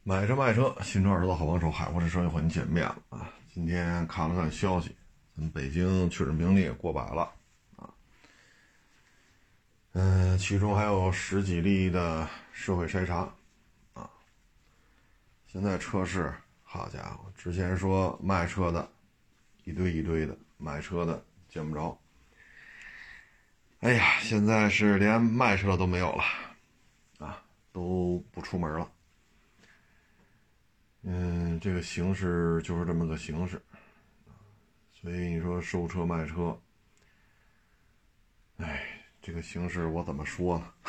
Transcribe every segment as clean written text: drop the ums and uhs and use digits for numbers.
买车卖车，新车二手的好帮手，海阔试车又和你见面了啊！今天看了看消息，咱们北京确诊病例过百了啊，其中还有10几例的社会筛查啊。现在车市，好家伙，之前说卖车的一堆一堆的，买车的见不着。哎呀，现在是连卖车的都没有了啊，都不出门了。这个形势就是这么个形势，所以你说收车卖车，这个形势我怎么说呢？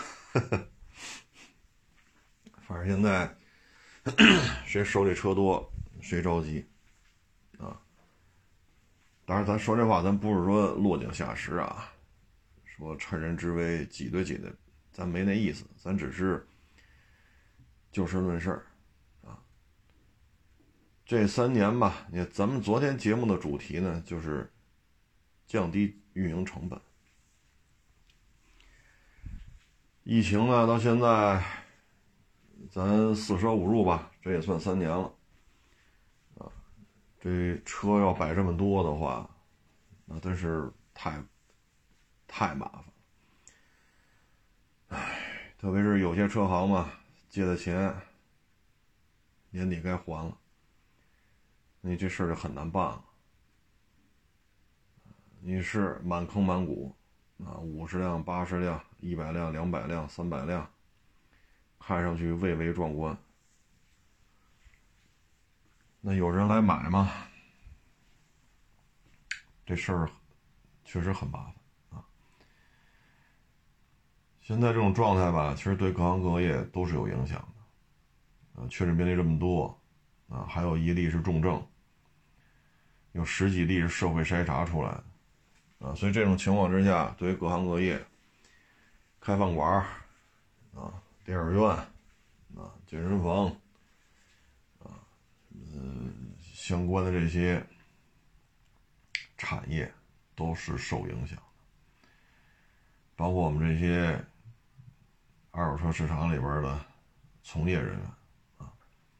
反正现在谁手里车多谁着急啊。当然咱说这话咱不是说落井下石啊，说趁人之危挤兑挤兑，咱没那意思，咱只是就事论事啊。这3年吧，咱们昨天节目的主题呢，就是降低运营成本。疫情呢，到现在咱4舍5入吧，这也算3年了啊。这车要摆这么多的话，那真是太麻烦了。特别是有些车行嘛，借的钱年底该还了，你这事儿就很难办了。你是满坑满谷啊，50辆、80辆、100辆、200辆、300辆，看上去蔚为壮观。那有人来买吗？这事儿确实很麻烦啊。现在这种状态吧，其实对各行各业都是有影响的。确诊病例这么多啊，还有1例是重症，有10几例是社会筛查出来的啊，所以这种情况之下，对于各行各业，开饭馆啊、电影院啊、健身房啊，相关的这些产业都是受影响的，包括我们这些二手车市场里边的从业人员啊，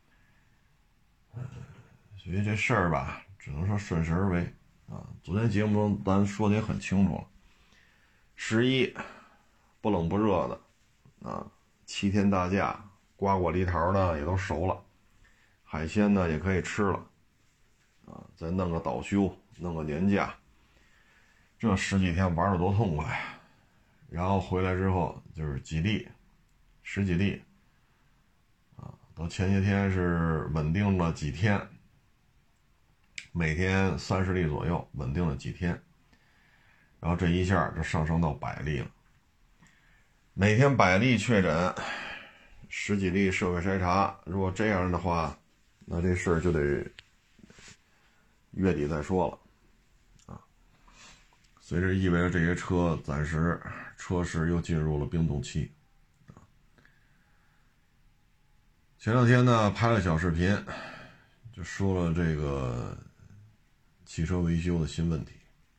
所以这事儿吧，只能说顺势而为啊。昨天节目中咱说的也很清楚了，11不冷不热的啊，7天大假，瓜果梨桃呢也都熟了，海鲜呢也可以吃了啊，再弄个倒休，弄个年假，这10几天玩的多痛快呀！然后回来之后就是几例，10几例啊，到前些天是稳定了几天，每天30例左右，稳定了几天，然后这一下就上升到100例了，每天100例确诊，10几例社会筛查，如果这样的话，那这事儿就得月底再说了啊。所以这意味着这些车暂时车市又进入了冰冻期啊。前2天呢拍了小视频，就说了这个汽车维修的新问题。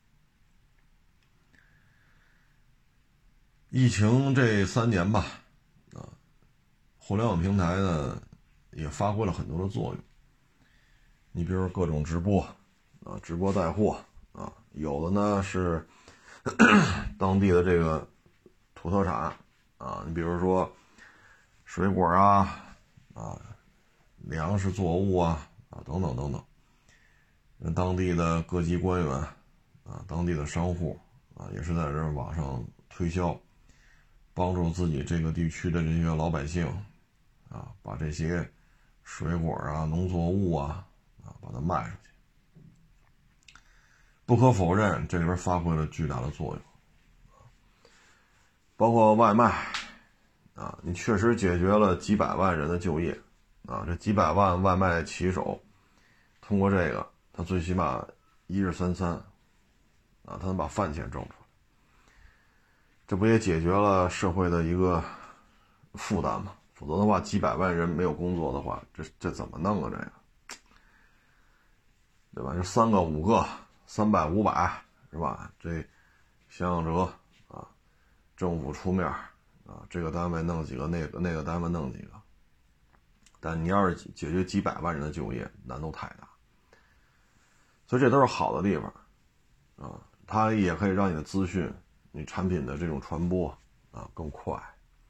疫情这3年吧，啊，互联网平台呢也发挥了很多的作用。你比如说各种直播啊，直播带货啊，有的呢是当地的这个土特产啊，你比如说水果啊、粮食作物啊等等等等，当地的各级官员啊，当地的商户啊，也是在这网上推销，帮助自己这个地区的这些老百姓啊，把这些水果啊、农作物啊把它卖出去。不可否认，这里边发挥了巨大的作用，包括外卖啊，你确实解决了几百万人的就业啊，这几百万外卖骑手通过这个，他最起码1日3餐啊，他能把饭钱挣出来，这不也解决了社会的一个负担吗？否则的话，几百万人没有工作的话，这怎么弄啊？这个，对吧？就3个5个300、500是吧？这想想辙啊，政府出面啊，这个单位弄几个，那个单位弄几个， 但你要是解决几百万人的就业，难度太大。所以这都是好的地方啊，它也可以让你的资讯、你产品的这种传播啊更快。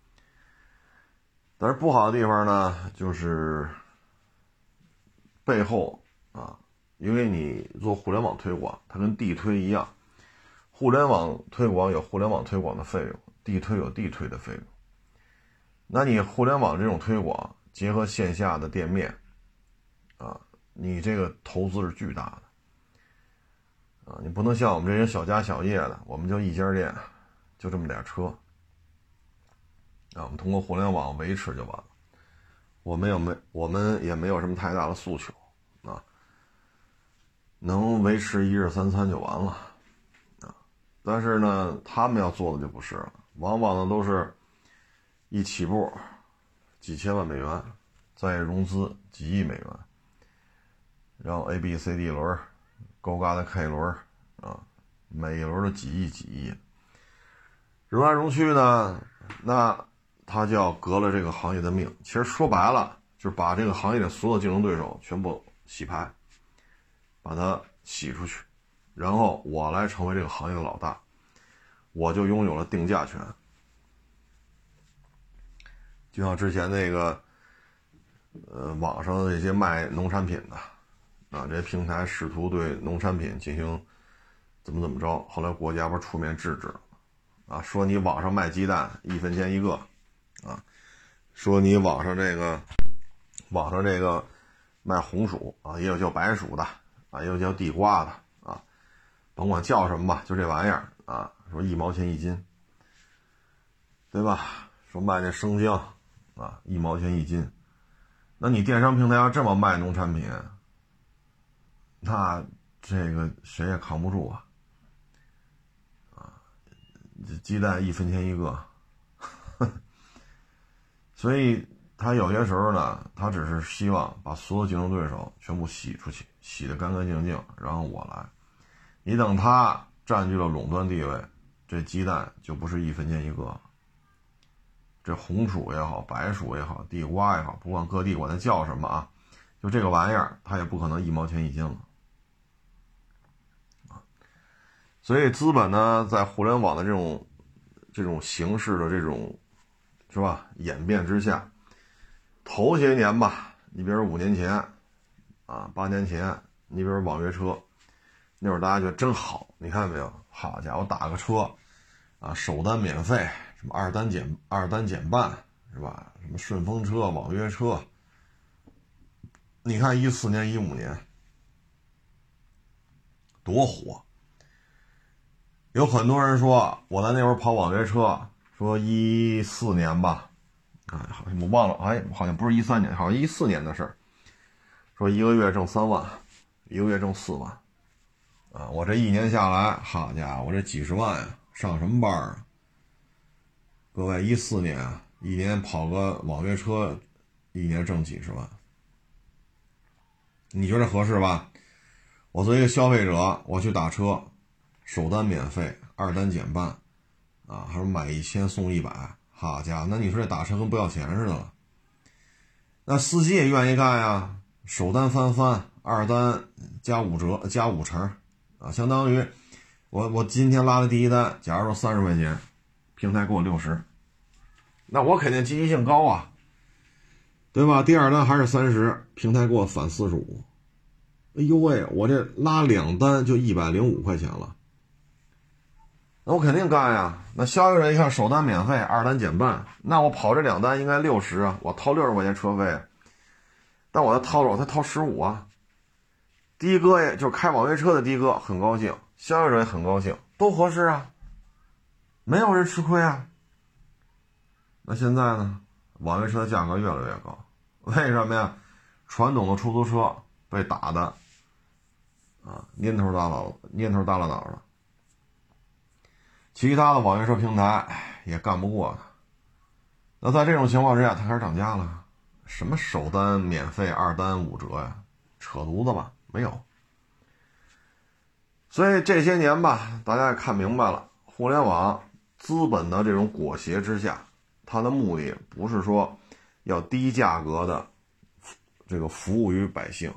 但是不好的地方呢，就是背后啊，因为你做互联网推广，它跟地推一样，互联网推广有互联网推广的费用，地推有地推的费用。那你互联网这种推广结合线下的店面啊，你这个投资是巨大的啊，你不能像我们这些小家小业的，我们就一家店，就这么点车啊，我们通过互联网维持就完了。我们也没有什么太大的诉求啊，能维持一日三餐就完了啊。但是呢，他们要做的就不是了，往往呢都是一起步几千万美元，再融资几亿美元，然后 A、B、C、D 轮，勾嘎的 K 轮啊，每一轮的几亿，融来融去呢，那他就要革了这个行业的命。其实说白了，就是把这个行业的所有竞争对手全部洗牌，把它洗出去，然后我来成为这个行业的老大，我就拥有了定价权。就像之前那个网上的这些卖农产品的啊，这些平台试图对农产品进行怎么着，后来国家不是出面制止了啊，说你网上卖鸡蛋1分钱一个啊，说你网上这个卖红薯啊，也有叫白薯的啊，也有叫地瓜的啊，甭管叫什么吧，就这玩意儿啊，说1毛钱一斤，对吧？说卖那生姜啊，1毛钱一斤。那你电商平台要这么卖农产品，那这个谁也扛不住啊！啊，这鸡蛋1分钱一个，所以他有些时候呢，他只是希望把所有竞争对手全部洗出去，洗得干干净净，然后我来。你等他占据了垄断地位，这鸡蛋就不是1分钱一个了。这红薯也好，白薯也好，地瓜也好，不管各地管它叫什么啊，就这个玩意儿，它也不可能1毛钱一斤了啊。所以资本呢，在互联网的这种形式的这种是吧演变之下，头些年吧，你比如5年前啊，8年前，你比如网约车，那会儿大家觉得真好，你看没有？好家伙，打个车啊，首单免费。什么二单减半是吧？什么顺风车、网约车，你看14年、15年多火！有很多人说我在那会儿跑网约车，说14年吧，啊，好像我忘了，哎，好像不是13年，好像14年的事儿。说一个月挣3万，一个月挣4万，啊，我这1年下来，好家伙，我这几十万呀，上什么班啊？各位，14年啊，1年跑个网约车，1年挣几十万，你觉得合适吧？我作为一个消费者，我去打车，首单免费，二单减半，啊，还是买1000送100，好家伙，那你说这打车跟不要钱似的了。那司机也愿意干呀，首单翻，二单加5成，啊，相当于我今天拉的第一单，假如说30块钱。平台给我60，那我肯定积极性高啊，对吧？第二单还是30，平台给我返45，哎呦喂，我这拉2单就105块钱了，那我肯定干呀。那消费者一看首单免费，二单减半，那我跑这2单应该60啊，我掏60块钱车费，但我才掏15啊。的哥也就是开网约车的的哥很高兴，消费者也很高兴，都合适啊。没有人吃亏啊。那现在呢，网约车的价格越来越高，为什么呀？传统的出租车被打的啊蔫头耷拉脑了，其他的网约车平台也干不过他。那在这种情况之下，他开始涨价了，什么首单免费，二单5折呀，扯犊子吧，没有。所以这些年吧，大家也看明白了，互联网资本的这种裹挟之下，它的目的不是说要低价格的这个服务于百姓。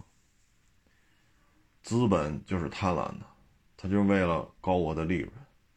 资本就是贪婪的，他就为了高额的利润。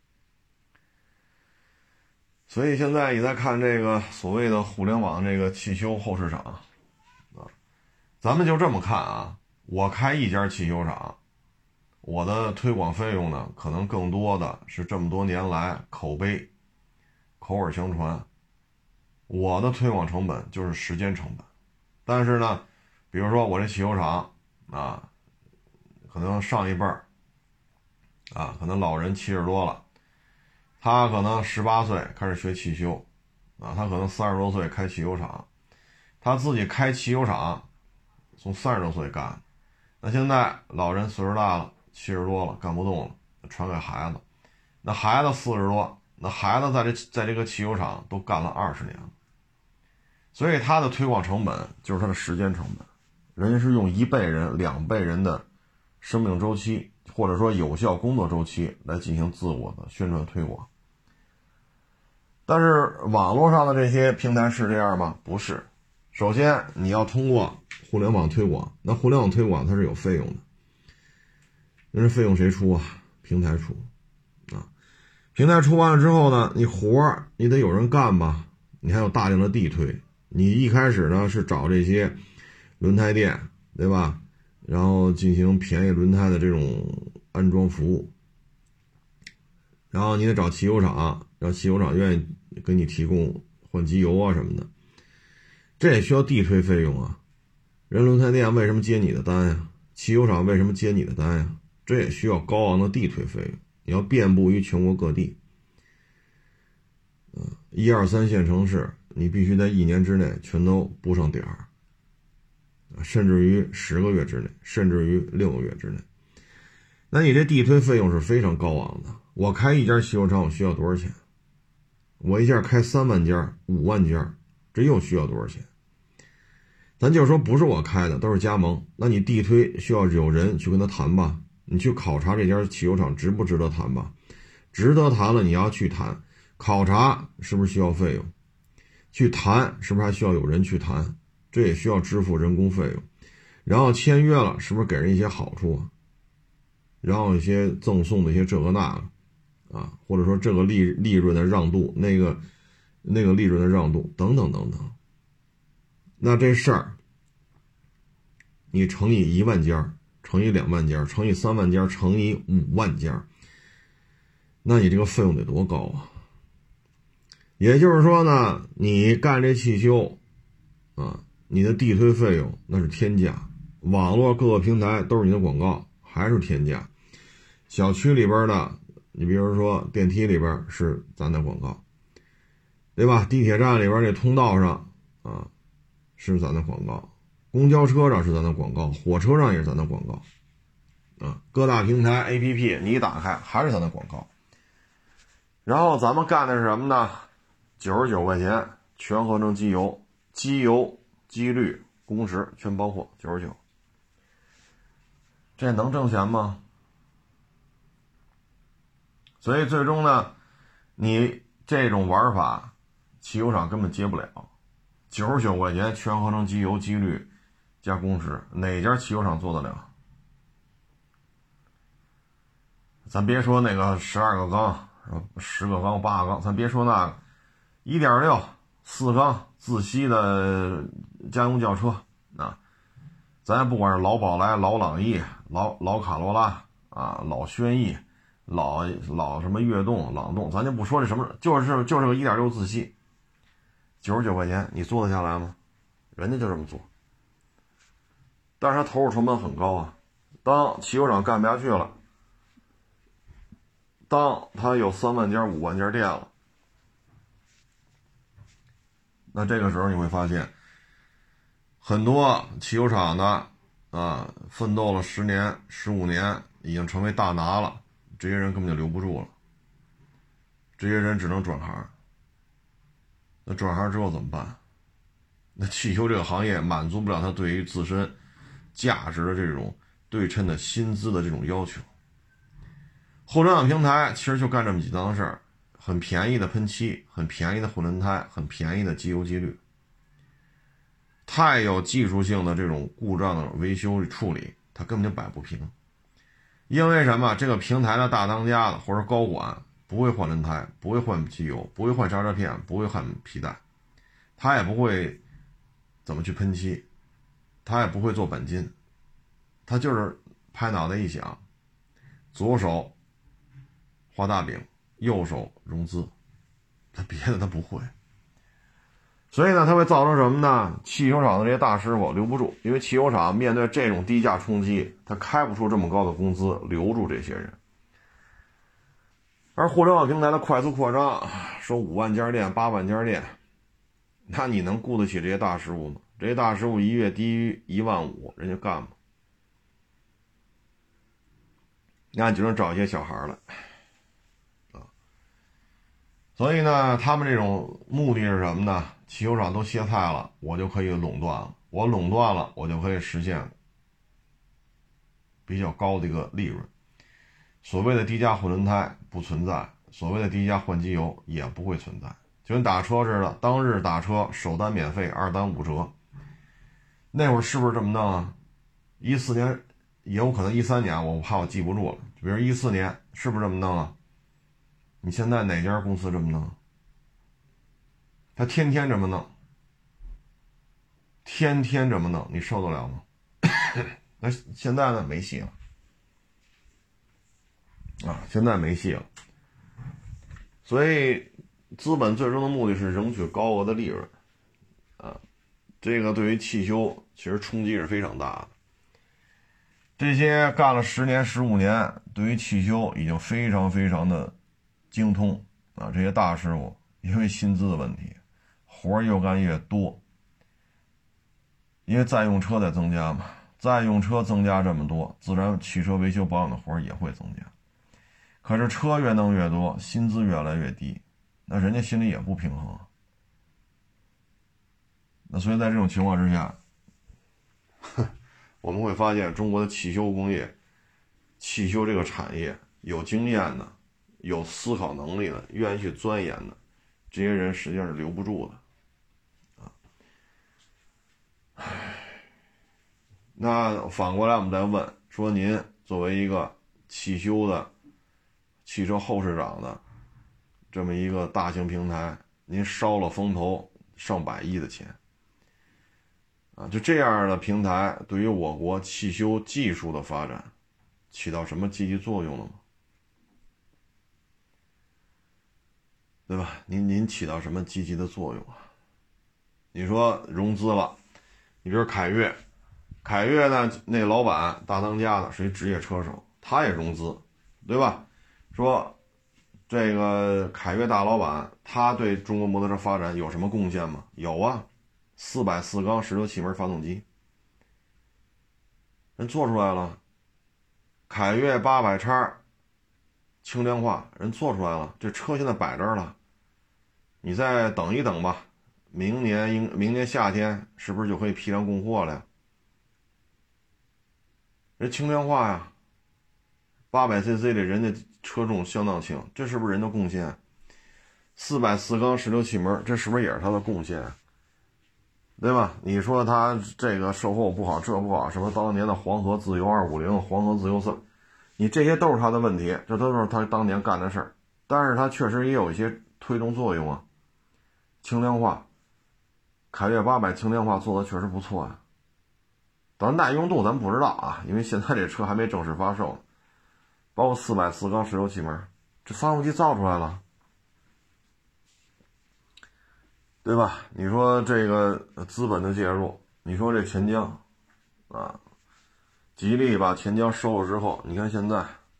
所以现在你再看这个所谓的互联网这个汽修后市场啊，咱们就这么看啊，我开一家汽修厂，我的推广费用呢，可能更多的是这么多年来口碑、口耳相传，我的推广成本就是时间成本。但是呢，比如说我这汽修厂啊，可能上一辈儿啊，可能老人70多了，他可能18岁开始学汽修啊，他可能30多岁开汽修厂，他自己开汽修厂从30多岁干。那现在老人岁数大了，70多了，干不动了，传给孩子。那孩子40多，那孩子在这个汽修厂都干了20年了，所以他的推广成本就是他的时间成本。人家是用1倍人、2倍人的生命周期，或者说有效工作周期来进行自我的宣传推广。但是网络上的这些平台是这样吗？不是。首先你要通过互联网推广，那互联网推广它是有费用的，那是费用谁出啊？平台出啊。平台出完了之后呢，你活你得有人干吧，你还有大量的地推。你一开始呢是找这些轮胎店，对吧？然后进行便宜轮胎的这种安装服务，然后你得找汽修厂，让汽修厂愿意给你提供换机油啊什么的，这也需要地推费用啊。人轮胎店为什么接你的单呀？汽修厂为什么接你的单呀？这也需要高昂的地推费用，你要遍布于全国各地。1、2、3线城市，你必须在1年之内全都布上点儿，甚至于10个月之内，甚至于6个月之内。那你这地推费用是非常高昂的。我开一家汽修厂我需要多少钱？我一下开3万家、5万家，这又需要多少钱？咱就说不是我开的，都是加盟，那你地推需要有人去跟他谈吧，你去考察这家汽修厂值不值得谈吧，值得谈了你要去谈，考察是不是需要费用，去谈是不是还需要有人去谈，这也需要支付人工费用，然后签约了是不是给人一些好处啊，然后一些赠送的一些这个那个啊，或者说这个利润的让渡，那个利润的让渡等等等等。那这事儿你乘以1万家，乘以2万家，乘以3万家，乘以5万家，那你这个费用得多高啊？也就是说呢，你干这汽修啊，你的地推费用那是天价，网络各个平台都是你的广告，还是天价。小区里边的，你比如说电梯里边是咱的广告，对吧？地铁站里边这通道上啊是咱的广告，公交车上是咱的广告，火车上也是咱的广告啊，各大平台 APP 你一打开还是咱的广告。然后咱们干的是什么呢？99块钱全合成机油，机油、机滤、工时全包括99，这能挣钱吗？所以最终呢，你这种玩法，汽油厂根本接不了。99块钱全合成机油、机滤加工时，哪家汽油厂做得了？咱别说那个12个缸、10个缸、8个缸，咱别说那个 1.6、4缸自吸的家用轿车啊，咱不管是老宝来、老朗逸、老卡罗拉啊、老轩逸、老什么悦动、朗动，咱就不说这什么，就是个 1.6 自吸，99块钱你做得下来吗？人家就这么做，但是他投入成本很高啊。当汽油厂干不下去了，当他有3万家、5万家店了，那这个时候你会发现，很多汽油厂的啊，奋斗了10年、15年，已经成为大拿了，这些人根本就留不住了，这些人只能转行。那转行之后怎么办？那汽修这个行业满足不了他对于自身价值的这种对称的薪资的这种要求。互联网平台其实就干这么几档事儿，很便宜的喷漆，很便宜的混轮胎，很便宜的机油机滤。 太有技术性的这种故障的维修处理，它根本就摆不平。因为什么？这个平台的大当家的或者高管不会换轮胎，不会换机油，不会换刹车片，不会换皮带，他也不会怎么去喷漆，他也不会做钣金，他就是拍脑袋一想，左手画大饼，右手融资，他别的他不会。所以呢，它会造成什么呢？汽修厂的这些大师傅留不住，因为汽修厂面对这种低价冲击，他开不出这么高的工资留住这些人。而互联网平台的快速扩张，说5万家店、8万家店，那你能雇得起这些大师傅吗？这些大师傅一月低于1万5，人家干吗？那你就能找一些小孩来啊。所以呢，他们这种目的是什么呢？汽修厂都歇菜了，我就可以垄断了，我垄断了，我就可以实现比较高的一个利润。所谓的低价换轮胎不存在，所谓的低价换机油也不会存在。就跟打车似的，当日打车首单免费，2单5折，那会儿是不是这么弄啊？14年也有可能13年，我怕我记不住了，比如14年是不是这么弄啊？你现在哪家公司这么弄？他天天这么弄，天天这么弄，你受得了吗？那现在呢？没戏了啊！现在没戏了。所以，资本最终的目的是赢取高额的利润啊！这个对于汽修其实冲击是非常大的。这些干了10年、15年，对于汽修已经非常非常的精通啊！这些大师傅因为薪资的问题，活越干越多，因为在用车在增加嘛，在用车增加这么多，自然汽车维修保养的活也会增加。可是车越弄越多，薪资越来越低，那人家心里也不平衡。那所以在这种情况之下，我们会发现中国的汽修工业、汽修这个产业，有经验的、有思考能力的、愿意去钻研的这些人实际上是留不住的。那反过来我们再问说，您作为一个汽修的汽车后市场的这么一个大型平台，您烧了风头上百亿的钱啊，就这样的平台对于我国汽修技术的发展起到什么积极作用了吗？对吧？您起到什么积极的作用啊？你说融资了，你比如凯越呢，那老板大当家的是一职业车手，他也融资，对吧？说这个凯越大老板他对中国摩托车发展有什么贡献吗？有啊，440缸16气门发动机人做出来了，凯越800X 轻量化人做出来了，这车现在摆这儿了，你再等一等吧，明年夏天是不是就可以批量供货了呀？人轻量化呀，800cc 的人家车重相当轻，这是不是人的贡献？440缸16气门，这是不是也是他的贡献？对吧？你说他这个售后不好，这不好，什么当年的黄河自由250、黄河自由3，你这些都是他的问题，这都是他当年干的事儿。但是他确实也有一些推动作用啊。轻量化，凯越800轻量化做的确实不错啊。当然耐用度咱不知道啊，因为现在这车还没正式发售。包括440缸16气门，这发动机造出来了，对吧？你说这个资本的介入，你说这钱江啊，吉利把钱江收了之后，你看现在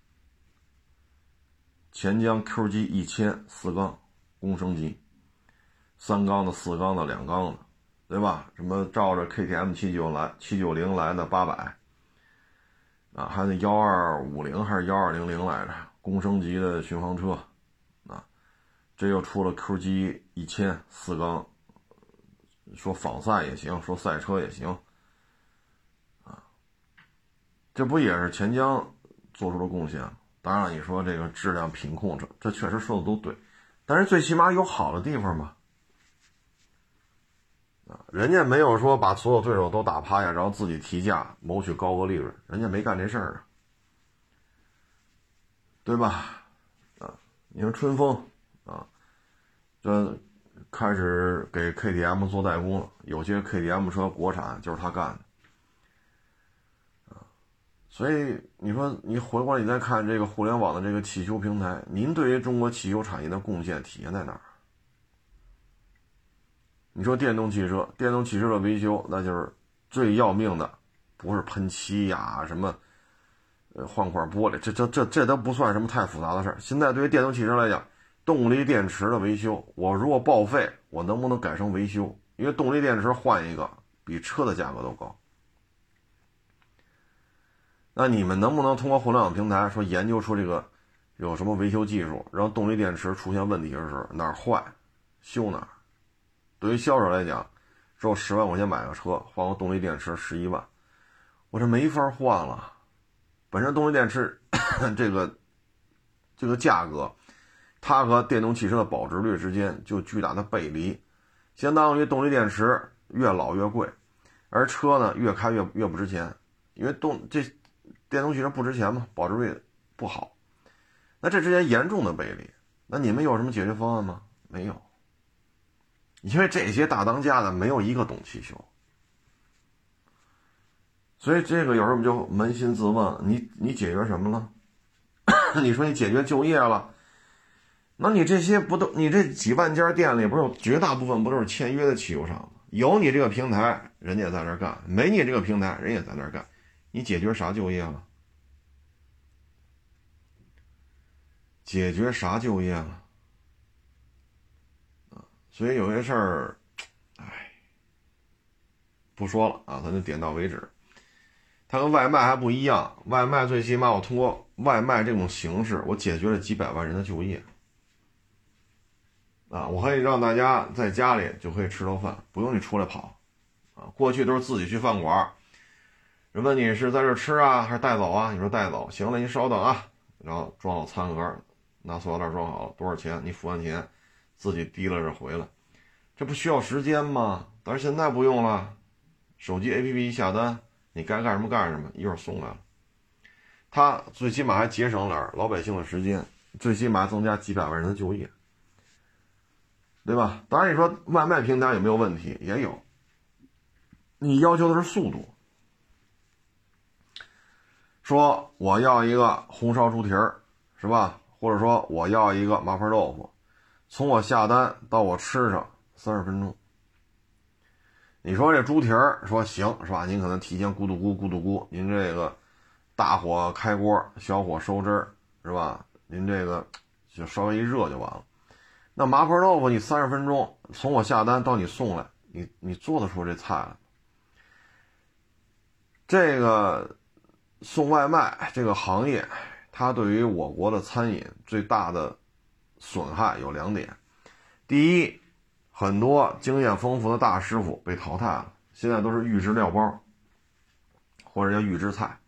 钱江 QG 1000 4缸工升机，3缸的、4缸的、2缸的，对吧？什么照着 KTM 790来的800啊，还有1250还是1200来着，工升级的巡航车啊，这又出了 QG 1000 4缸，说仿赛也行，说赛车也行啊，这不也是钱江做出了贡献？当然你说这个质量品控，这确实说的都对，但是最起码有好的地方吧， 人家没有说把所有对手都打趴下，然后自己提价谋取高额利润，人家没干这事儿啊，对吧？你说春风这开始给 KTM 做代工了，有些 KTM 车国产就是他干的。所以你说你回过来你再看这个互联网的这个汽修平台，您对于中国汽修产业的贡献体现在哪儿？你说电动汽车的维修，那就是最要命的，不是喷漆呀，什么换块玻璃，这都不算什么太复杂的事儿。现在对于电动汽车来讲，动力电池的维修，我如果报废，我能不能改成维修？因为动力电池换一个比车的价格都高。那你们能不能通过互联网平台说研究出这个有什么维修技术，让动力电池出现问题的时候哪儿坏修哪儿？对于销售来讲，只有10万块钱买个车，换个动力电池11万，我这没法换了。本身动力电池这个价格，它和电动汽车的保值率之间就巨大的背离，相当于动力电池越老越贵，而车呢越开越不值钱，因为电动汽车不值钱嘛，保值率不好，那这之间严重的背离。那你们有什么解决方案吗？没有，因为这些大当家的没有一个懂汽修，所以这个有时候我们就扪心自问，你解决什么了？你说你解决就业了，那你这些不都，你这几万家店里不是有绝大部分不都是签约的汽修厂吗？有你这个平台，人家也在那干；没你这个平台，人也在那干。你解决啥就业了？解决啥就业了？所以有些事儿，不说了啊，咱就点到为止。它跟外卖还不一样，外卖最起码我通过外卖这种形式，我解决了几百万人的就业。我可以让大家在家里就可以吃到饭，不用你出来跑。过去都是自己去饭馆，人问你是在这吃啊还是带走啊？你说带走，行了，你稍等啊，然后装好餐盒，拿塑料袋装好了，多少钱？你付完钱，自己提了着回来，这不需要时间吗？但是现在不用了，手机 APP 一下单，你该干什么干什么，一会儿送来了。它最起码还节省了老百姓的时间，最起码增加几百万人的就业，对吧？当然你说外卖平台有没有问题？也有，你要求的是速度。说我要一个红烧猪蹄儿，是吧？或者说我要一个麻婆豆腐，从我下单到我吃上30分钟。你说这猪蹄儿说行是吧？您可能提前咕嘟咕，您这个大火开锅，小火收汁儿是吧？您这个就稍微一热就完了。那麻婆豆腐你30分钟，从我下单到你送来，你做得出这菜来？这个送外卖这个行业，它对于我国的餐饮最大的损害有2点。第一，很多经验丰富的大师傅被淘汰了，现在都是预制料包或者叫预制菜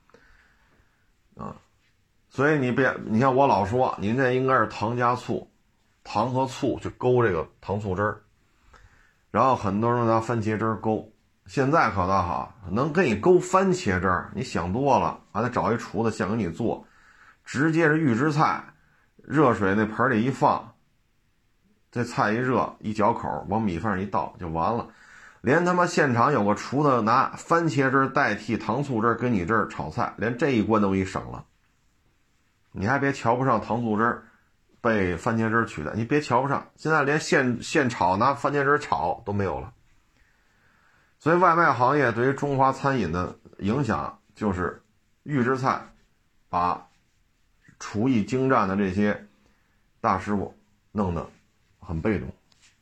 所以你像我老说您这应该是糖加醋，糖和醋去勾这个糖醋汁儿，然后很多人拿番茄汁儿勾。现在可倒好，能给你勾番茄汁儿，你想多了，还得找一厨子现给你做，直接是预制菜，热水那盆里一放，这菜一热一搅口，往米饭上一倒就完了。连他妈现场有个厨子拿番茄汁代替糖醋汁给你这儿炒菜，连这一关都给你省了。你还别瞧不上糖醋汁被番茄汁取代，你别瞧不上，现在连现炒拿番茄汁炒都没有了。所以外卖行业对于中华餐饮的影响就是预制菜把厨艺精湛的这些大师傅弄得很被动。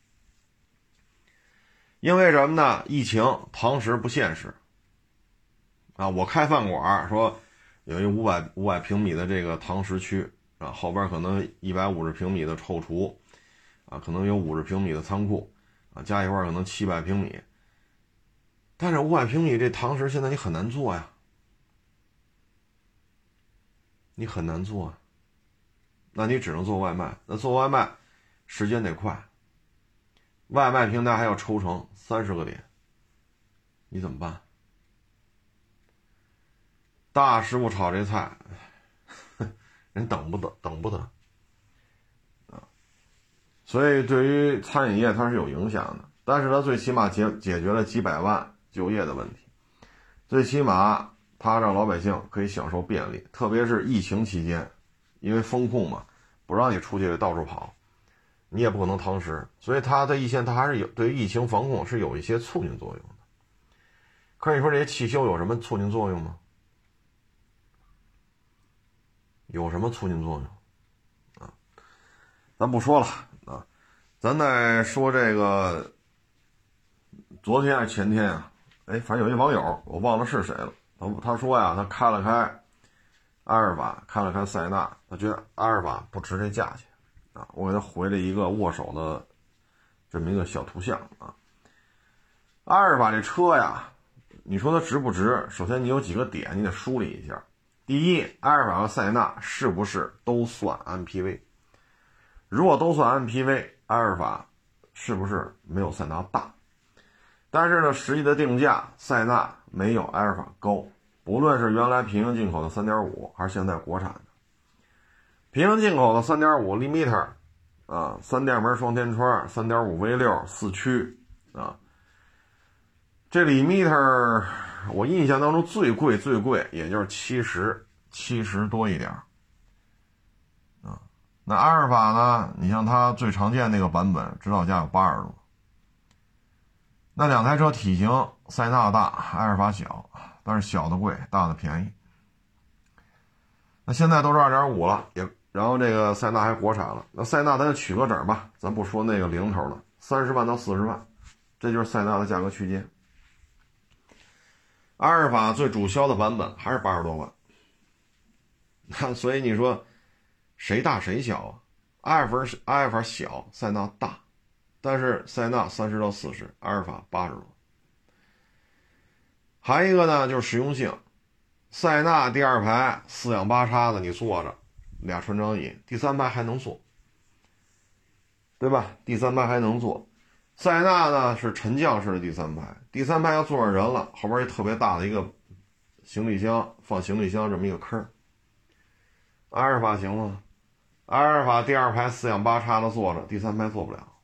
因为什么呢？疫情堂食不现实我开饭馆说有一500平米的这个堂食区后边可能150平米的后厨可能有50平米的仓库加一块可能700平米。但是500平米这堂食现在你很难做呀，你很难做那你只能做外卖。那做外卖时间得快，外卖平台还要抽成30个点， 你怎么办？大师傅炒这菜，人等不得啊！所以对于餐饮业它是有影响的，但是它最起码解决了几百万就业的问题，最起码它让老百姓可以享受便利，特别是疫情期间，因为风控嘛，不让你出去到处跑，你也不可能堂食，所以它的一线它还是有对于疫情防控是有一些促进作用的。可以说这些汽修有什么促进作用吗？有什么促进作用啊？咱不说了啊，咱再说这个昨天还是前天啊，反正有一网友我忘了是谁了，他说呀，他开了开阿尔法，开了开塞纳，他觉得阿尔法不值这价钱啊。我给他回了一个握手的这么一个小图像啊。阿尔法这车呀，你说它值不值？首先你有几个点你得梳理一下。第一，阿尔法和塞纳是不是都算 MPV？ 如果都算 MPV， 阿尔法是不是没有塞纳大？但是呢，实际的定价，塞纳没有阿尔法高，不论是原来平行进口的 3.5 还是现在国产的。平行进口的 3.5 Limiter 啊，3电门双天窗 3.5 V6 四驱啊，这Limiter我印象当中最贵也就是70多一点啊。那阿尔法呢，你像它最常见那个版本指导价有80多。那两台车体型，塞纳大，阿尔法小，但是小的贵，大的便宜。那现在都是 2.5 了，然后这个塞纳还国产了。那塞纳咱就取个整吧，咱不说那个零头了，30万到40万，这就是塞纳的价格区间。阿尔法最主销的版本还是80多万。那所以你说谁大谁小啊？阿尔法小，塞纳大。但是塞纳30到40，阿尔法80多。还一个呢，就是实用性。塞纳第二排4仰8叉的，你坐着俩船长椅，第三排还能坐，对吧？第三排还能坐。塞纳呢是沉降式的第三排，第三排要坐上人了，后边也特别大的一个行李箱，放行李箱这么一个坑。阿尔法行吗？阿尔法第二排4仰8叉的坐着，第三排坐不了。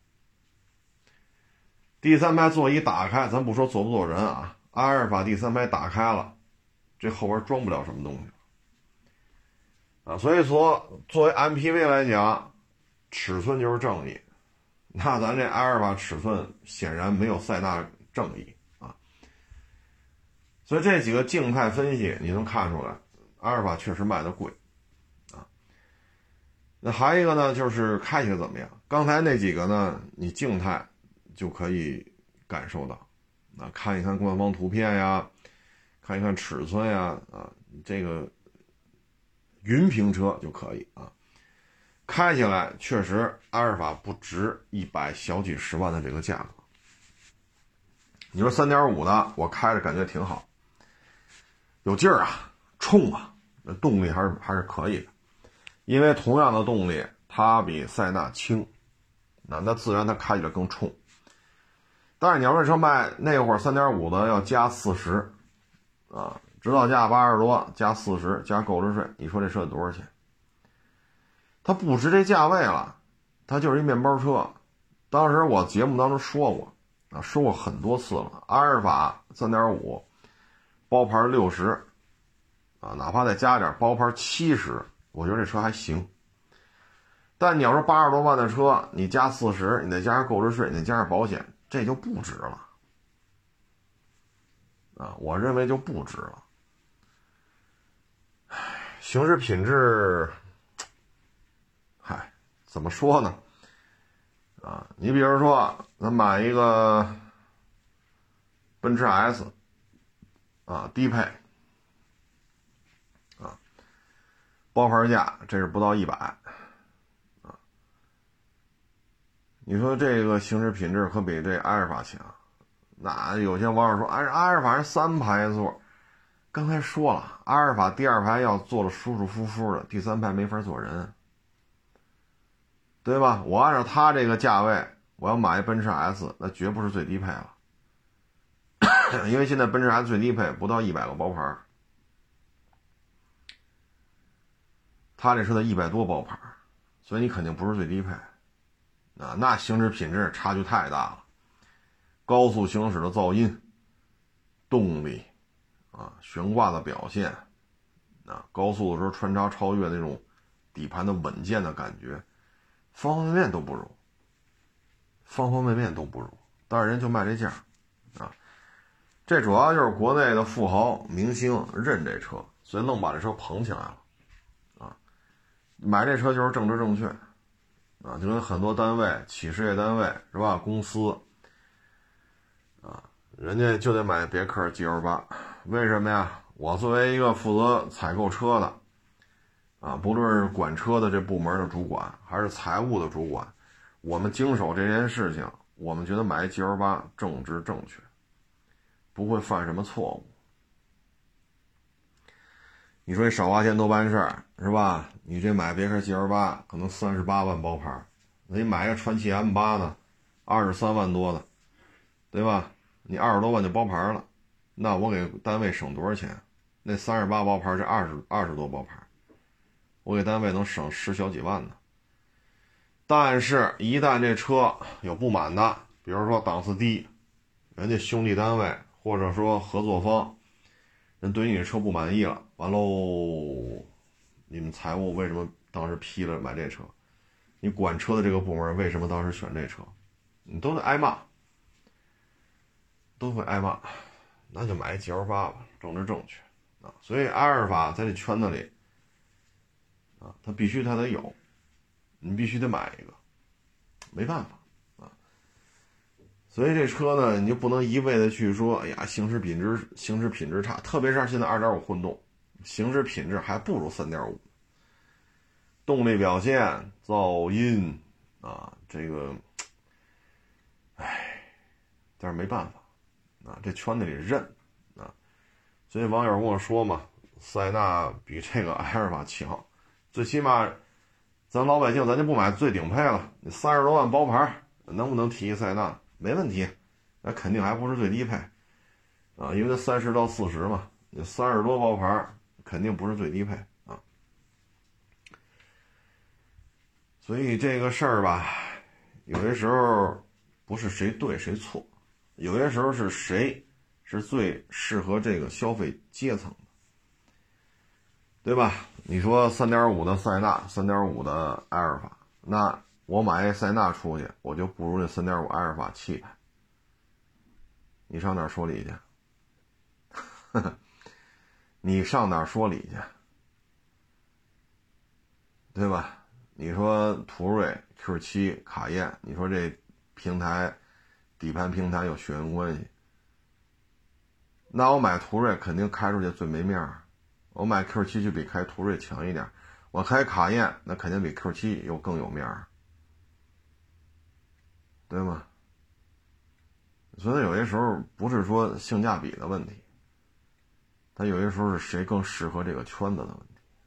第三排座椅打开，咱不说坐不坐人啊，阿尔法第三排打开了，这后边装不了什么东西啊。所以说作为 MPV 来讲，尺寸就是正义。那咱这阿尔法尺寸显然没有塞纳正义啊。所以这几个静态分析你能看出来，阿尔法确实卖的贵啊。那还一个呢，就是开起来怎么样？刚才那几个呢，你静态就可以感受到，看一看官方图片呀，看一看尺寸呀，这个云评车就可以啊。开起来确实阿尔法不值100小几十万的这个价格。你说 3.5 的我开着感觉挺好，有劲儿啊，冲啊，那动力还是可以的。因为同样的动力它比塞纳轻，那自然它开起来更冲。但是你要这车卖那会儿 3.5 的要加40啊，指导价80多加40加购置税，你说这车得多少钱？它不值这价位了，它就是一面包车。当时我节目当中说过啊，说过很多次了，阿尔法 3.5 包牌60啊，哪怕再加点包牌70，我觉得这车还行。但你要说80多万的车，你加40，你再加上购置税，你再加上保险，这就不值了啊！我认为就不值了。行驶品质，怎么说呢？啊，你比如说，咱买一个奔驰 S 啊，低配啊，包牌价这是不到100啊。你说这个行驶品质可比这阿尔法强？那有些网友说，阿尔法是3排座，刚才说了，阿尔法第二排要坐着舒舒服服的，第三排没法坐人，对吧？我按照他这个价位，我要买一奔驰 S， 那绝不是最低配了。 因为现在奔驰 S 最低配不到100个包牌，他这车的100多包牌，所以你肯定不是最低配啊，那行驶品质差距太大了，高速行驶的噪音、动力啊、悬挂的表现啊，高速的时候穿插超越那种底盘的稳健的感觉，方方面面都不如，但是人就卖这价啊。这主要就是国内的富豪明星认这车，所以愣把这车捧起来了啊。买这车就是政治正确啊，就跟很多单位、企事业单位是吧，公司啊，人家就得买别克 GL8，为什么呀？我作为一个负责采购车的啊，不论是管车的这部门的主管，还是财务的主管，我们经手这件事情，我们觉得买 GL8 政治正确，不会犯什么错误。你说你少花钱多办事儿是吧？你这买别克 GL8 可能38万包牌，那你买个传祺 M8 呢，23万多的，对吧？你20多万就包牌了，那我给单位省多少钱？那38包牌这20多包牌，我给单位能省10小几万呢。但是，一旦这车有不满的，比如说档次低，人家兄弟单位或者说合作方，人对你的车不满意了，完喽，你们财务为什么当时批了买这车？你管车的这个部门为什么当时选这车？你都得挨骂，都会挨骂，那就买 GL8 吧，政治正确啊。所以阿尔法在这圈子里啊，它必须它得有，你必须得买一个，没办法啊。所以这车呢，你就不能一味的去说，哎呀，行驶品质差，特别是现在2.5混动，行驶品质还不如3.5，动力表现、噪音啊，这个，但是没办法啊，这圈子里认啊。所以网友跟我说嘛，塞纳比这个埃尔法强，最起码咱老百姓咱就不买最顶配了，你30多万包牌，能不能提塞纳？没问题，那肯定还不是最低配啊，因为它30到40嘛，你30多包牌肯定不是最低配啊。所以这个事儿吧，有些时候不是谁对谁错，有些时候是谁是最适合这个消费阶层的，对吧？你说 3.5 的塞纳 3.5 的埃尔法，那我买塞纳出去，我就不如这 3.5 埃尔法气派，你上哪儿说理去？你上哪儿说理去？对吧？你说途锐 Q7 卡宴，你说这平台底盘平台有血缘关系，那我买途锐肯定开出去最没面儿，我买 Q7 就比开途锐强一点，我开卡宴那肯定比 Q7 又更有面儿，对吗？所以有些时候不是说性价比的问题，它有些时候是谁更适合这个圈子的问题。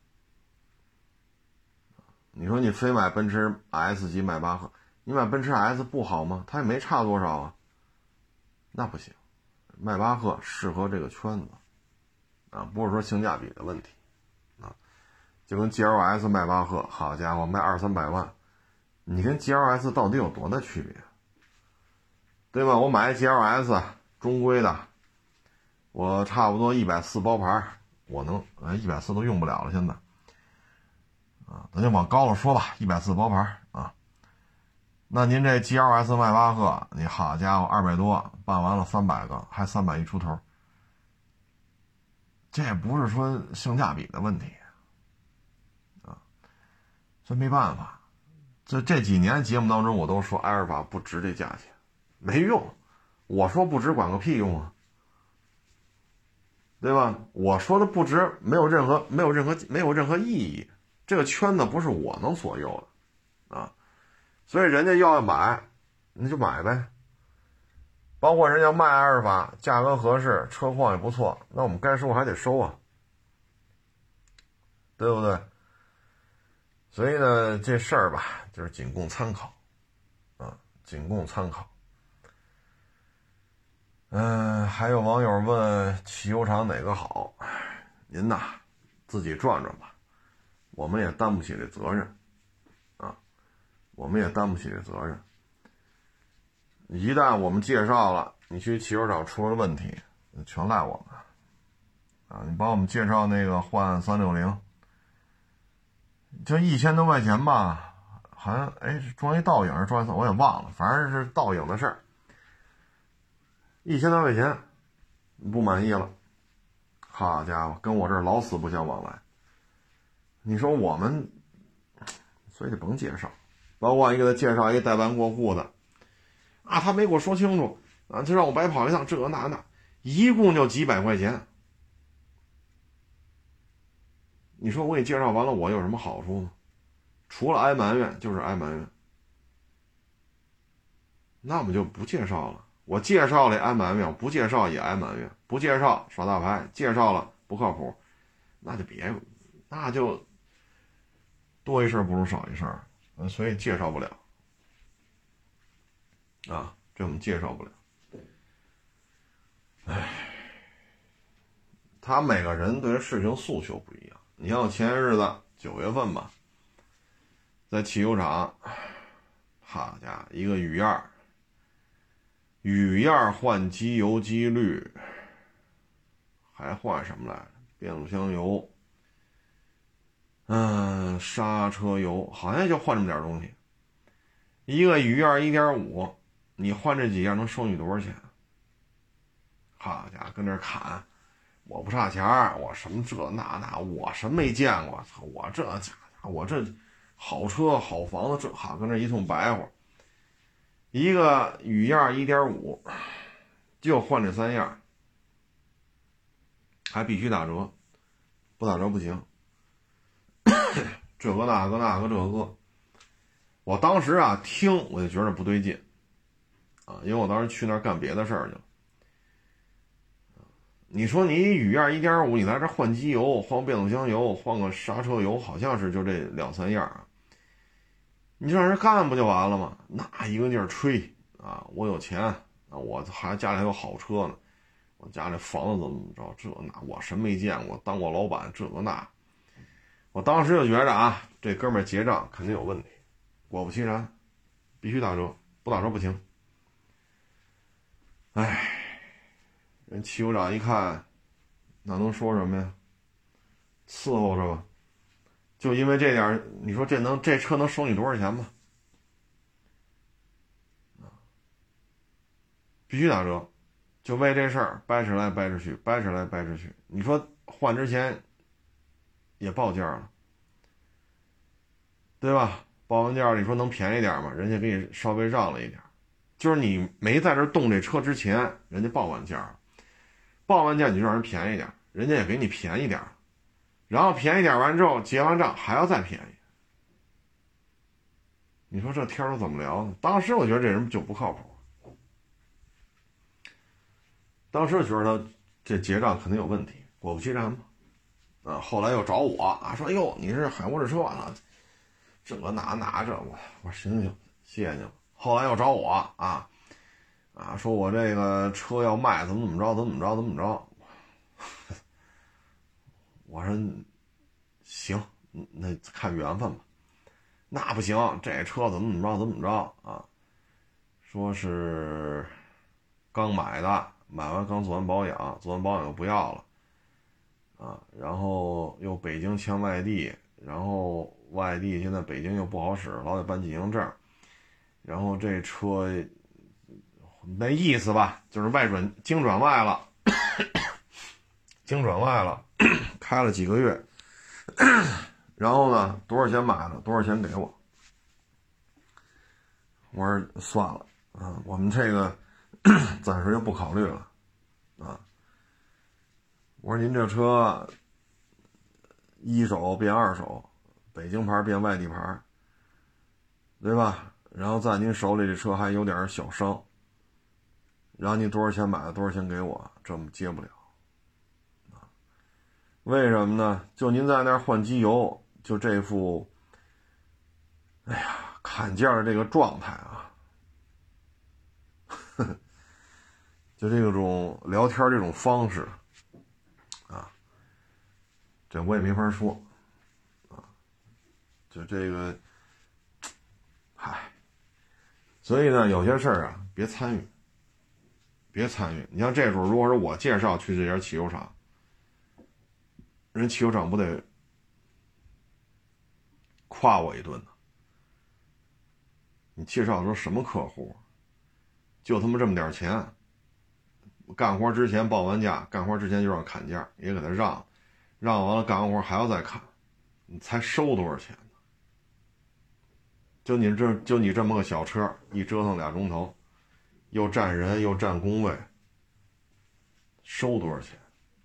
你说你非买奔驰 S 级迈巴赫，你买奔驰 S 不好吗？它也没差多少啊，那不行，迈巴赫适合这个圈子啊，不是说性价比的问题啊。就跟 GLS 迈巴赫，好家伙，卖200-300万，你跟 GLS 到底有多大区别？对吧？我买 GLS 中规的，我差不多140包牌，我能140都用不了了，现在啊，咱就往高了说吧，140包牌啊。那您这 GLS 迈巴赫，你好家伙，200多办完了300个，还300一出头，这也不是说性价比的问题啊，这没办法。这几年节目当中我都说埃尔法不值这价钱，没用，我说不值管个屁用啊，对吧？我说的不值没有任何意义，这个圈子不是我能左右的啊，所以人家要买你就买呗，包括人家卖埃尔法价格合适，车况也不错，那我们该收还得收啊，对不对？所以呢，这事儿吧，就是仅供参考啊，仅供参考。 还有网友问汽油厂哪个好，您呐自己转转吧，我们也担不起这责任啊，我们也担不起这责任。一旦我们介绍了，你去汽油厂出了问题，全赖我们啊！你帮我们介绍那个换360，就1000多块钱吧，好像装一倒影是装一次我也忘了，反正是倒影的事儿，1000多块钱不满意了，好家伙，跟我这儿老死不相往来。你说我们，所以就甭介绍，包括你给他介绍一代办过户的啊，他没给我说清楚啊，就让我白跑一趟，这那，一共就几百块钱。你说我给你介绍完了，我有什么好处吗？除了挨埋怨就是挨埋怨。那我们就不介绍了。我介绍了挨埋怨，不介绍也挨埋怨，不介绍耍大牌，介绍了不靠谱，那就多一事不如少一事，所以介绍不了啊，这我们介绍不了。他每个人对事情诉求不一样。你像我前些日子9月份吧，在汽油厂，好家伙，一个雨燕换机油机滤，还换什么来着？变速箱油，刹车油，好像就换这么点东西。一个雨燕 1.5， 你换这几样能收你多少钱？好家伙，跟这砍，我不差钱，我什么这那，我什么没见过？我这家伙，我这好车好房子，这好跟这一通白活。一个雨燕 1.5， 就换这3样，还必须打折，不打折不行。这个那个那个这个，我当时啊听我就觉得不对劲啊，因为我当时去那儿干别的事儿去了。你说你雨燕 1.5， 你来这换机油，换变速箱油，换个刹车油，好像是就这2-3样啊，你就让人干不就完了吗？那一个劲儿吹啊，我有钱啊，我还家里还有好车呢，我家里房子怎么着，这那我什么没见过，当过老板这个那，我当时就觉着啊，这哥们儿结账肯定有问题。果不其然，必须打折，不打折不行。人汽油厂一看，那能说什么呀？伺候着吧。就因为这点，你说这车能收你多少钱吗？必须打折，就为这事儿掰扯来掰扯去，掰扯来掰扯去。你说换之前也报价了，对吧？报完价你说能便宜点吗？人家给你稍微让了一点，就是你没在这动这车之前，人家报完价了，报完价你就让人便宜点，人家也给你便宜点，然后便宜点完之后结完账还要再便宜。你说这天都怎么聊呢？当时我觉得这人就不靠谱，当时觉得他这结账肯定有问题，果不其然嘛。后来又找我啊，说哟你是海沃士车啊，这那这我说行，谢谢你了。后来又找我啊，说我这个车要卖，怎么着。我说行，那看缘分吧。那不行，这车怎么着啊？说是刚买的，买完刚做完保养又不要了啊，然后又北京迁外地，然后外地现在北京又不好使，老得办经营证，然后这车那意思吧，就是经转外了，开了几个月，然后呢，多少钱买的，多少钱给我？我说算了啊，我们这个暂时就不考虑了啊。我说您这车一手变二手，北京牌变外地牌，对吧？然后在您手里这车还有点小伤，然后您多少钱买的，多少钱给我，这么接不了啊。为什么呢？就您在那儿换机油，就这副砍价的这个状态啊， 就这种聊天这种方式啊，这我也没法说啊，就这个，嗨，所以呢，有些事儿啊，别参与，别参与。你像这时候，如果是我介绍去这家汽修厂，人汽修厂不得夸我一顿呢？你介绍的时候什么客户？就他妈这么点钱，干活之前报完价，干活之前就让砍价，也给他让完了，干完活还要再砍，你才收多少钱呢？就你这么个小车，一折腾2钟头，又占人又占工位，收多少钱？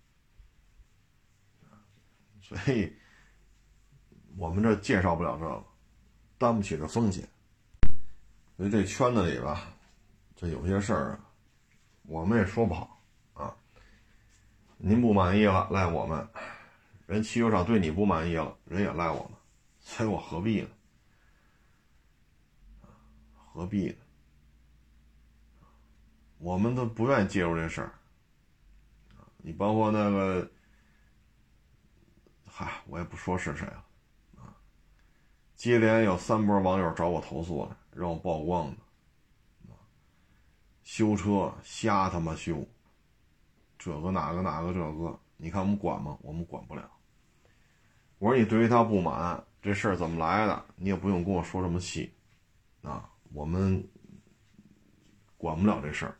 所以我们这介绍不了这个，担不起这风险。所以这圈子里吧，这有些事儿啊，我们也说不好啊。您不满意了，赖我们；人汽修厂对你不满意了，人也赖我们。所以我何必呢？何必呢？我们都不愿意介入这事儿。你包括那个，嗨，我也不说是谁了啊。接连有3波网友找我投诉了，让我曝光的。修车瞎他妈修，这个那个这个，你看我们管吗？我们管不了。我说你对于他不满，这事儿怎么来的，你也不用跟我说这么细啊，我们管不了这事儿。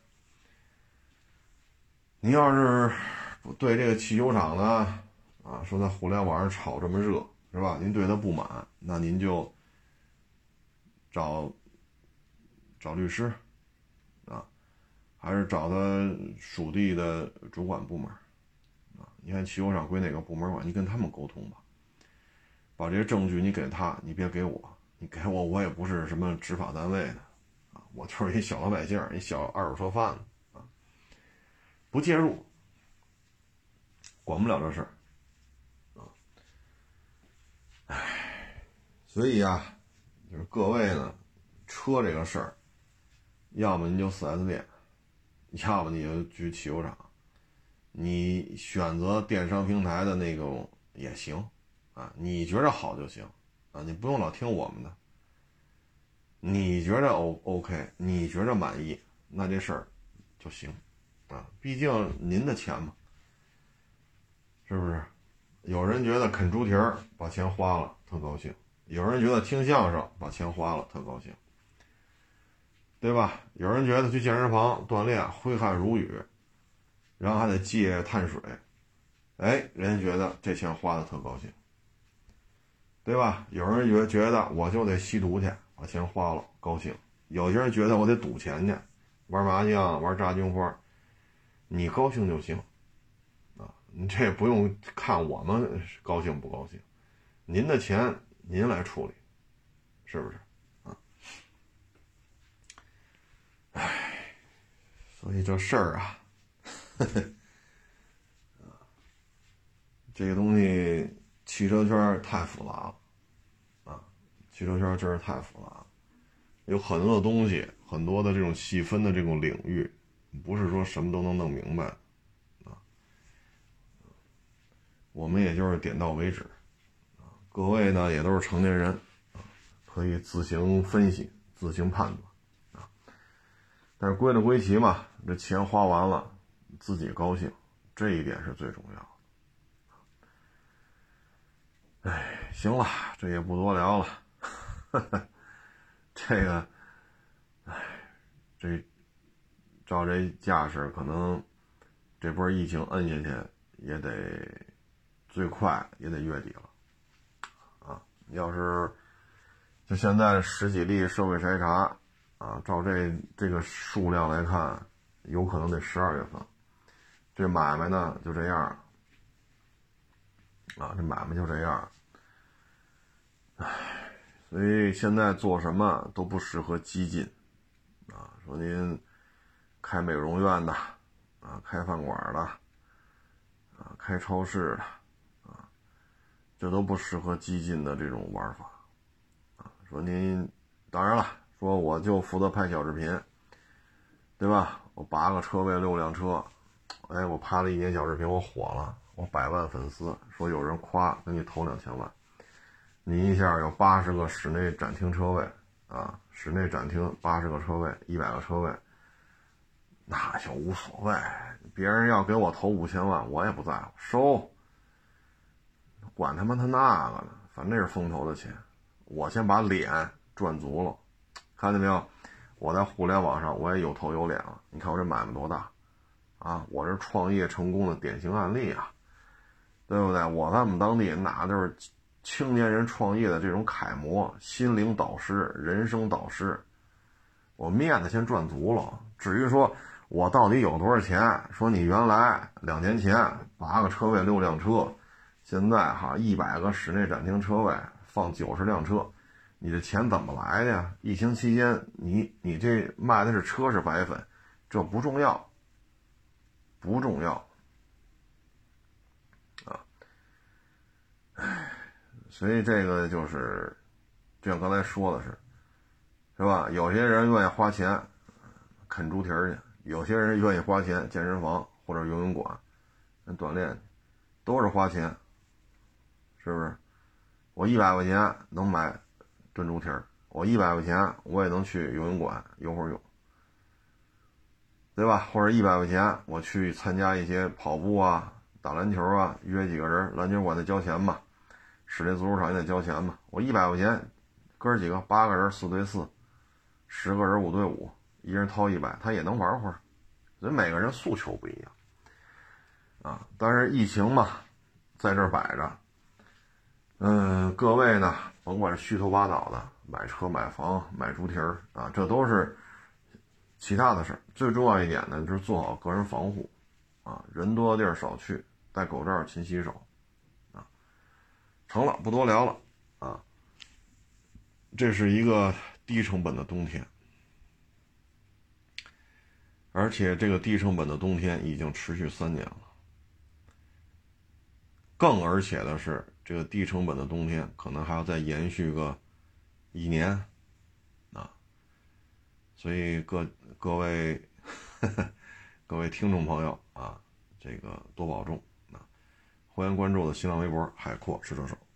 你要是对这个汽修厂呢啊，说在互联网上炒这么热是吧？您对他不满，那您就找律师啊，还是找他属地的主管部门啊。你看汽修厂归哪个部门管，你跟他们沟通吧。把这些证据你给他，你别给我，你给我我也不是什么执法单位的啊，我就是一小老百姓，一小二手车贩子啊，不介入，管不了这事儿啊。唉，所以啊，就是各位呢，车这个事儿，要么你就 4S 店，要么你就去汽修厂，你选择电商平台的那种也行啊，你觉着好就行啊，你不用老听我们的。你觉着 OK， 你觉着满意，那这事儿就行啊，毕竟您的钱嘛，是不是？有人觉得啃猪蹄儿把钱花了特高兴，有人觉得听相声把钱花了特高兴，对吧？有人觉得去健身房锻炼挥汗如雨，然后还得戒碳水，哎，人家觉得这钱花的特高兴，对吧？有人觉得我就得吸毒去，把钱花了高兴。有些人觉得我得赌钱去，玩麻将玩炸金花，你高兴就行啊，你这也不用看我们高兴不高兴，您的钱您来处理，是不是啊？唉，所以这事儿啊，这个东西汽车圈太复杂了啊，汽车圈真是太复杂了，有很多的东西，很多的这种细分的这种领域，不是说什么都能弄明白啊。我们也就是点到为止啊，各位呢也都是成年人啊，可以自行分析、自行判断啊。但是归了归齐嘛，这钱花完了，自己高兴，这一点是最重要的。哎，行了，这也不多聊了。这个，哎，这照这架势，可能这波疫情摁下去也得最快也得月底了啊！要是就现在10几例社会筛查啊，照这个数量来看，有可能得12月份。这买卖呢就这样啊，这买卖就这样。唉，所以现在做什么都不适合激进啊。说您开美容院的啊，开饭馆的啊，开超市的啊，这都不适合激进的这种玩法啊。说您当然了，说我就负责拍小视频，对吧？ 我8个车位6辆车，哎，我拍了1年小视频，我火了，我100万粉丝，说有人夸给你投2000万，你一下有80个室内展厅车位啊，室内展厅80个车位，100个车位，那就无所谓，别人要给我投5000万，我也不在乎，收，管他妈他那个呢，反正是风投的钱，我先把脸赚足了，看见没有？我在互联网上我也有头有脸了，你看我这买卖多大啊！我这创业成功的典型案例啊，对不对？我在我们当地那都是青年人创业的这种楷模，心灵导师、人生导师，我面子先赚足了。至于说我到底有多少钱，说你原来2年前8个车位6辆车，现在100个室内展厅车位放90辆车，你这钱怎么来的呀？疫情期间你这卖的是车是白粉，这不重要，不重要啊！所以这个就是就像刚才说的是吧？有些人愿意花钱啃猪蹄儿去，有些人愿意花钱健身房或者游泳馆锻炼，都是花钱，是不是？我100块钱能买炖猪蹄儿，我100块钱我也能去游泳馆游会儿泳，对吧？或者100块钱我去参加一些跑步啊、打篮球啊，约几个人，篮球馆得交钱嘛，室内足球场也得交钱嘛。我100块钱，哥几个8个人4对4，10个人5对5，一人掏100，他也能玩会儿。所以每个人诉求不一样啊。但是疫情嘛，在这儿摆着。各位呢，甭管是虚头巴脑的买车买房买猪蹄儿啊，这都是其他的事儿。最重要一点呢，就是做好个人防护啊，人多的地儿少去，戴口罩勤洗手啊。成了，不多聊了啊。这是一个低成本的冬天，而且这个低成本的冬天已经持续3年了。更而且的是，这个低成本的冬天可能还要再延续个1年啊，所以各位各位听众朋友啊，这个多保重啊！欢迎关注我的新浪微博海阔试车手。